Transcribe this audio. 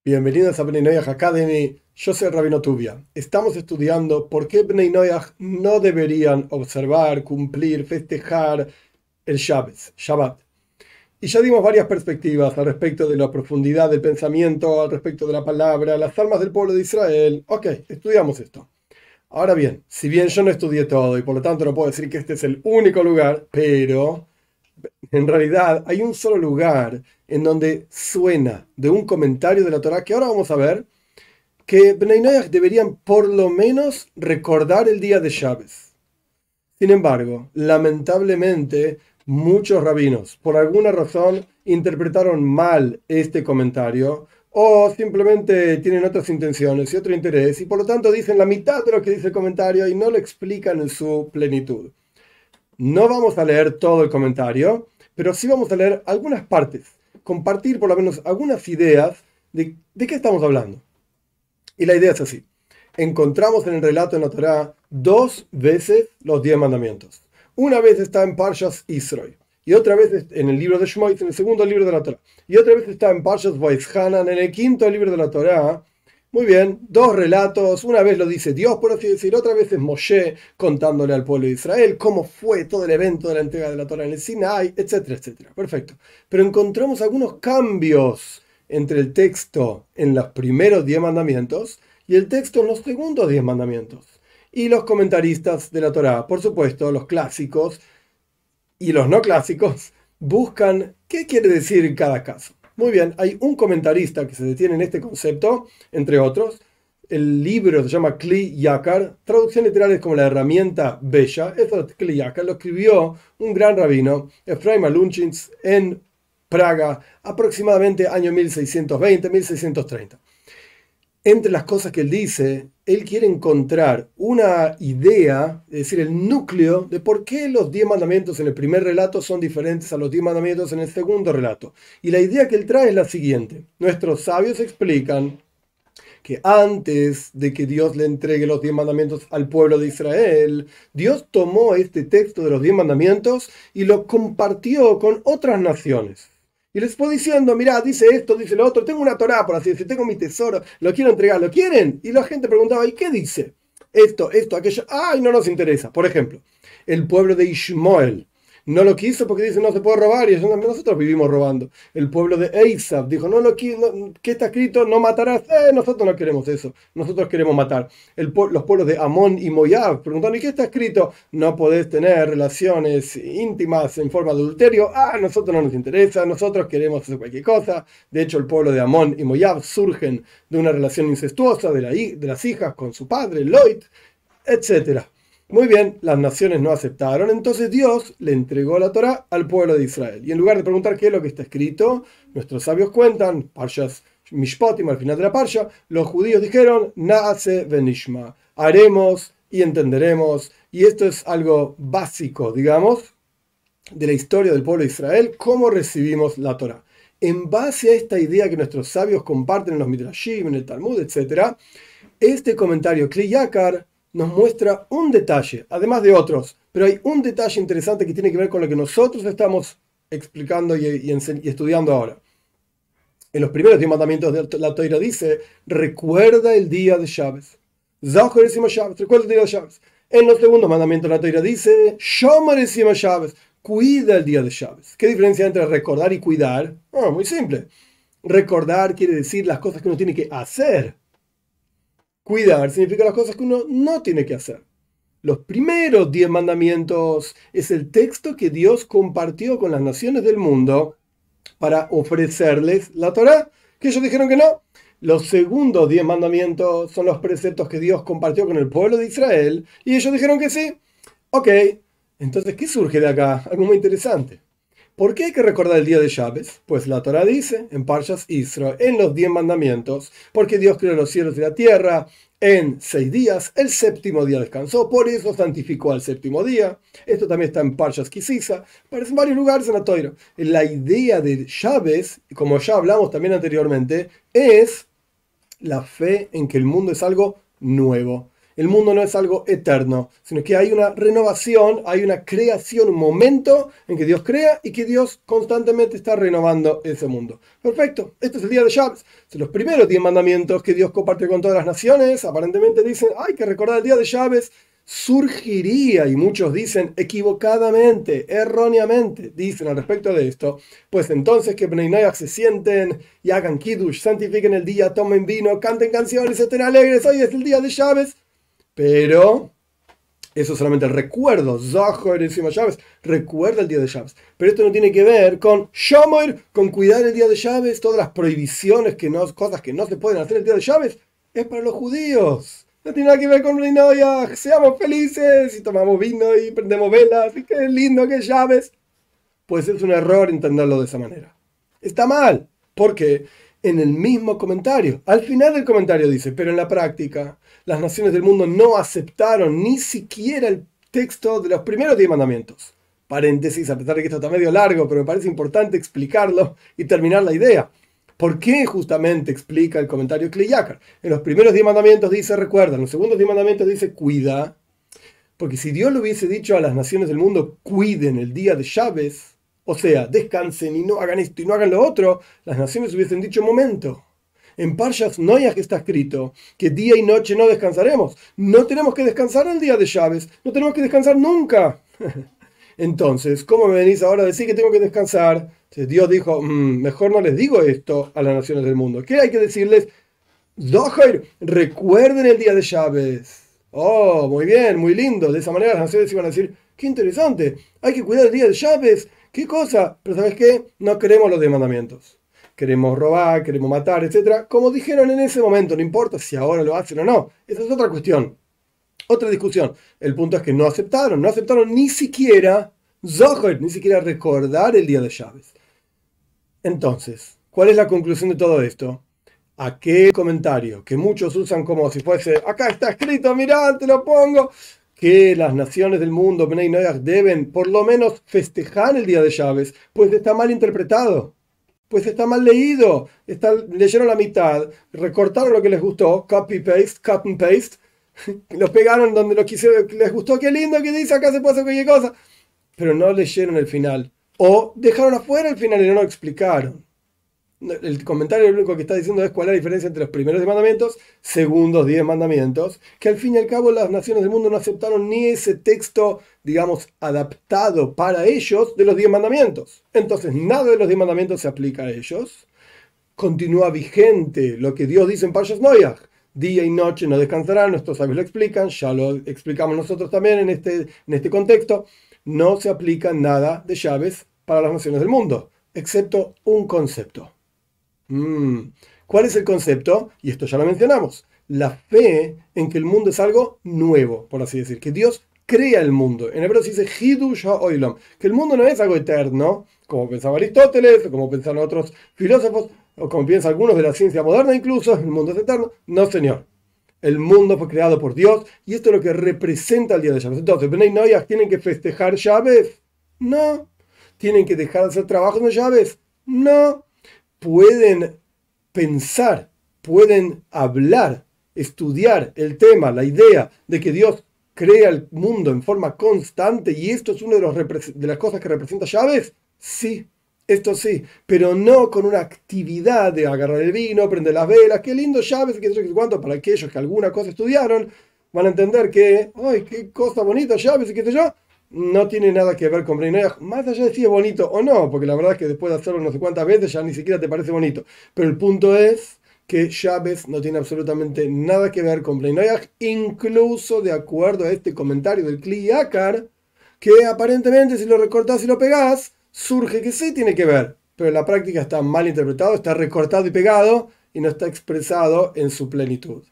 Bienvenidos a Bnei Noyaj Academy. Yo soy el Rabino Tubia. Estamos estudiando por qué Bnei Noyaj no deberían observar, cumplir, festejar el Shabbat. Y ya dimos varias perspectivas al respecto de la profundidad del pensamiento, al respecto de la palabra, las almas del pueblo de Israel. Ok, estudiamos esto. Ahora bien, si bien yo no estudié todo y por lo tanto no puedo decir que este es el único lugar, pero en realidad hay un solo lugar en donde suena de un comentario de la Torá que ahora vamos a ver que Bnei Noach deberían por lo menos recordar el día de Shabbat. Sin embargo, lamentablemente, muchos rabinos, por alguna razón, interpretaron mal este comentario o simplemente tienen otras intenciones y otro interés y por lo tanto dicen la mitad de lo que dice el comentario y no lo explican en su plenitud. No vamos a leer todo el comentario, pero sí vamos a leer algunas partes, compartir por lo menos algunas ideas de qué estamos hablando. Y la idea es así. Encontramos en el relato en la Torá dos veces los 10 mandamientos. Una vez está en Parshas Israel y otra vez en el libro de Shmois, en el segundo libro de la Torá. Y otra vez está en Parshas Vaizhanan, en el quinto libro de la Torá. Muy bien, dos relatos. Una vez lo dice Dios, por así decir, otra vez es Moshe contándole al pueblo de Israel cómo fue todo el evento de la entrega de la Torá en el Sinai, etcétera, etcétera. Perfecto. Pero encontramos algunos cambios entre el texto en los primeros 10 mandamientos y el texto en los segundos 10 mandamientos. Y los comentaristas de la Torá, por supuesto, los clásicos y los no clásicos, buscan qué quiere decir en cada caso. Muy bien, hay un comentarista que se detiene en este concepto, entre otros. El libro se llama Kli Yakar, traducción literal es como la herramienta bella. Eso es Kli Yakar, lo escribió un gran rabino, Efraim Alunchins, en Praga, aproximadamente año 1620-1630. Entre las cosas que él dice, él quiere encontrar una idea, es decir, el núcleo de por qué los 10 mandamientos en el primer relato son diferentes a los 10 mandamientos en el segundo relato. Y la idea que él trae es la siguiente. Nuestros sabios explican que antes de que Dios le entregue los 10 mandamientos al pueblo de Israel, Dios tomó este texto de los 10 mandamientos y lo compartió con otras naciones. Y les fue diciendo, mirá, dice esto, dice lo otro, tengo una Torá, por así decir, tengo mi tesoro, lo quiero entregar, ¿lo quieren? Y la gente preguntaba, ¿y qué dice? Esto, aquello, ay, no nos interesa. Por ejemplo, el pueblo de Ishmael no lo quiso porque dice no se puede robar y nosotros vivimos robando. El pueblo de Esav dijo, ¿qué está escrito? No matarás. Nosotros no queremos eso, nosotros queremos matar. Los pueblos de Amón y Moab preguntaron, ¿y qué está escrito? No podés tener relaciones íntimas en forma de adulterio. Nosotros no nos interesa, nosotros queremos hacer cualquier cosa. De hecho, el pueblo de Amón y Moab surgen de una relación incestuosa de las hijas con su padre, Lot, etcétera. Muy bien, las naciones no aceptaron, entonces Dios le entregó la Torá al pueblo de Israel. Y en lugar de preguntar qué es lo que está escrito, nuestros sabios cuentan, Parshas Mishpatim, al final de la Parsha, los judíos dijeron, Naase venishma, haremos y entenderemos. Y esto es algo básico, digamos, de la historia del pueblo de Israel, cómo recibimos la Torá. En base a esta idea que nuestros sabios comparten en los Midrashim, en el Talmud, etc., este comentario Kli Yakar nos muestra un detalle, además de otros, pero hay un detalle interesante que tiene que ver con lo que nosotros estamos explicando y estudiando ahora. En los primeros 10 mandamientos de la Torá dice, recuerda el día de Shabbat. Zachor encima Shabbat, recuerda el día de Shabbat. En los segundos mandamientos de la Torá dice, Shomer encima Shabbat, cuida el día de Shabbat. ¿Qué diferencia entre recordar y cuidar? Muy simple. Recordar quiere decir las cosas que uno tiene que hacer. Cuidar significa las cosas que uno no tiene que hacer. Los primeros 10 mandamientos es el texto que Dios compartió con las naciones del mundo para ofrecerles la Torá, que ellos dijeron que no. Los segundos 10 mandamientos son los preceptos que Dios compartió con el pueblo de Israel y ellos dijeron que sí. Ok, entonces, ¿qué surge de acá? Algo muy interesante. ¿Por qué hay que recordar el día de Shabbat? Pues la Torá dice en Parshas Israel, en los 10 mandamientos, porque Dios creó los cielos y la tierra en 6 días, el séptimo día descansó, por eso santificó al séptimo día. Esto también está en Parshas Kisisa, aparece en varios lugares en la Torá. La idea de Shabbat, como ya hablamos también anteriormente, es la fe en que el mundo es algo nuevo. El mundo no es algo eterno, sino que hay una renovación, hay una creación, un momento en que Dios crea y que Dios constantemente está renovando ese mundo. Perfecto, este es el día de Shabbat. Los primeros 10 mandamientos que Dios comparte con todas las naciones, aparentemente dicen, hay que recordar el día de Shabbat. Surgiría, y muchos dicen equivocadamente, erróneamente, dicen al respecto de esto, pues entonces que Bnei Noach se sienten y hagan kiddush, santifiquen el día, tomen vino, canten canciones, estén alegres, hoy es el día de Shabbat. Pero eso es solamente el recuerdo, Zohar encima Shabbat, recuerda el día de Shabbat. Pero esto no tiene que ver con Shomer, con cuidar el día de Shabbat, todas las prohibiciones, cosas que no se pueden hacer el día de Shabbat, es para los judíos. No tiene nada que ver con Bnei Noach. Seamos felices y tomamos vino y prendemos velas y qué lindo que es Shabbat. Pues es un error entenderlo de esa manera. Está mal, porque en el mismo comentario, al final del comentario dice, pero en la práctica, las naciones del mundo no aceptaron ni siquiera el texto de los primeros 10 mandamientos. Paréntesis, a pesar de que esto está medio largo, pero me parece importante explicarlo y terminar la idea. ¿Por qué justamente explica el comentario Kli Yakar? En los primeros 10 mandamientos dice recuerda, en los segundos 10 mandamientos dice cuida, porque si Dios le hubiese dicho a las naciones del mundo cuiden el día de Shabbat, o sea, descansen y no hagan esto y no hagan lo otro, las naciones hubiesen dicho momento. En Parshas Noach está escrito que día y noche no descansaremos. No tenemos que descansar el día de Shabbat, no tenemos que descansar nunca. Entonces, ¿cómo me venís ahora a decir que tengo que descansar? Dios dijo, mejor no les digo esto a las naciones del mundo. ¿Qué hay que decirles? Zohar, recuerden el día de Shabbat. Oh, muy bien, muy lindo. De esa manera las naciones iban a decir, qué interesante, hay que cuidar el día de Shabbat. ¿Qué cosa? Pero ¿sabes qué? No queremos los 10 mandamientos. Queremos robar, queremos matar, etc. Como dijeron en ese momento, no importa si ahora lo hacen o no. Esa es otra cuestión. Otra discusión. El punto es que no aceptaron ni siquiera Zohar, ni siquiera recordar el día de Shabbat. Entonces, ¿cuál es la conclusión de todo esto? Aquel comentario que muchos usan como si fuese, acá está escrito, mirá, te lo pongo, que las naciones del mundo, Bnei Noach, deben por lo menos festejar el día de Shabbat, pues está mal interpretado. Pues está mal leído, leyeron la mitad, recortaron lo que les gustó, copy-paste, cut and paste, lo pegaron donde lo quisieron, les gustó, qué lindo que dice, acá se puede hacer cualquier cosa, pero no leyeron el final, o dejaron afuera el final y no lo explicaron. El comentario lo único que está diciendo es cuál es la diferencia entre los primeros 10 mandamientos, segundos 10 mandamientos, que al fin y al cabo las naciones del mundo no aceptaron ni ese texto, digamos, adaptado para ellos de los 10 mandamientos. Entonces, nada de los 10 mandamientos se aplica a ellos. Continúa vigente lo que Dios dice en Parshas Noach. Día y noche no descansarán, nuestros sabios lo explican, ya lo explicamos nosotros también en este contexto. No se aplica nada de Shabbat para las naciones del mundo, excepto un concepto. ¿Cuál es el concepto? Y esto ya lo mencionamos. La fe en que el mundo es algo nuevo, por así decir. Que Dios crea el mundo. En hebreo se dice Hidush ha'olam. Que el mundo no es algo eterno, como pensaba Aristóteles, o como pensaban otros filósofos, o como piensan algunos de la ciencia moderna incluso, el mundo es eterno. No, señor. El mundo fue creado por Dios y esto es lo que representa el día de Shabbat. Entonces, ¿Bnei Noach tienen que festejar Shabbat? No. ¿Tienen que dejar de hacer trabajos en Shabbat? No. Pueden pensar, pueden hablar, estudiar el tema, la idea de que Dios crea el mundo en forma constante y esto es una de las cosas que representa Shabbat. Sí, esto sí, pero no con una actividad de agarrar el vino, prender las velas, qué lindo Shabbat, qué sé yo, qué cuánto. Para aquellos que alguna cosa estudiaron, van a entender que, ay, qué cosa bonita Shabbat, qué sé yo. No tiene nada que ver con Bnei Noach, más allá de si es bonito o no, porque la verdad es que después de hacerlo no sé cuántas veces ya ni siquiera te parece bonito. Pero el punto es que Shabbat no tiene absolutamente nada que ver con Bnei Noach, incluso de acuerdo a este comentario del Kli Yakar, que aparentemente si lo recortás y lo pegás, surge que sí tiene que ver, pero en la práctica está mal interpretado, está recortado y pegado y no está expresado en su plenitud.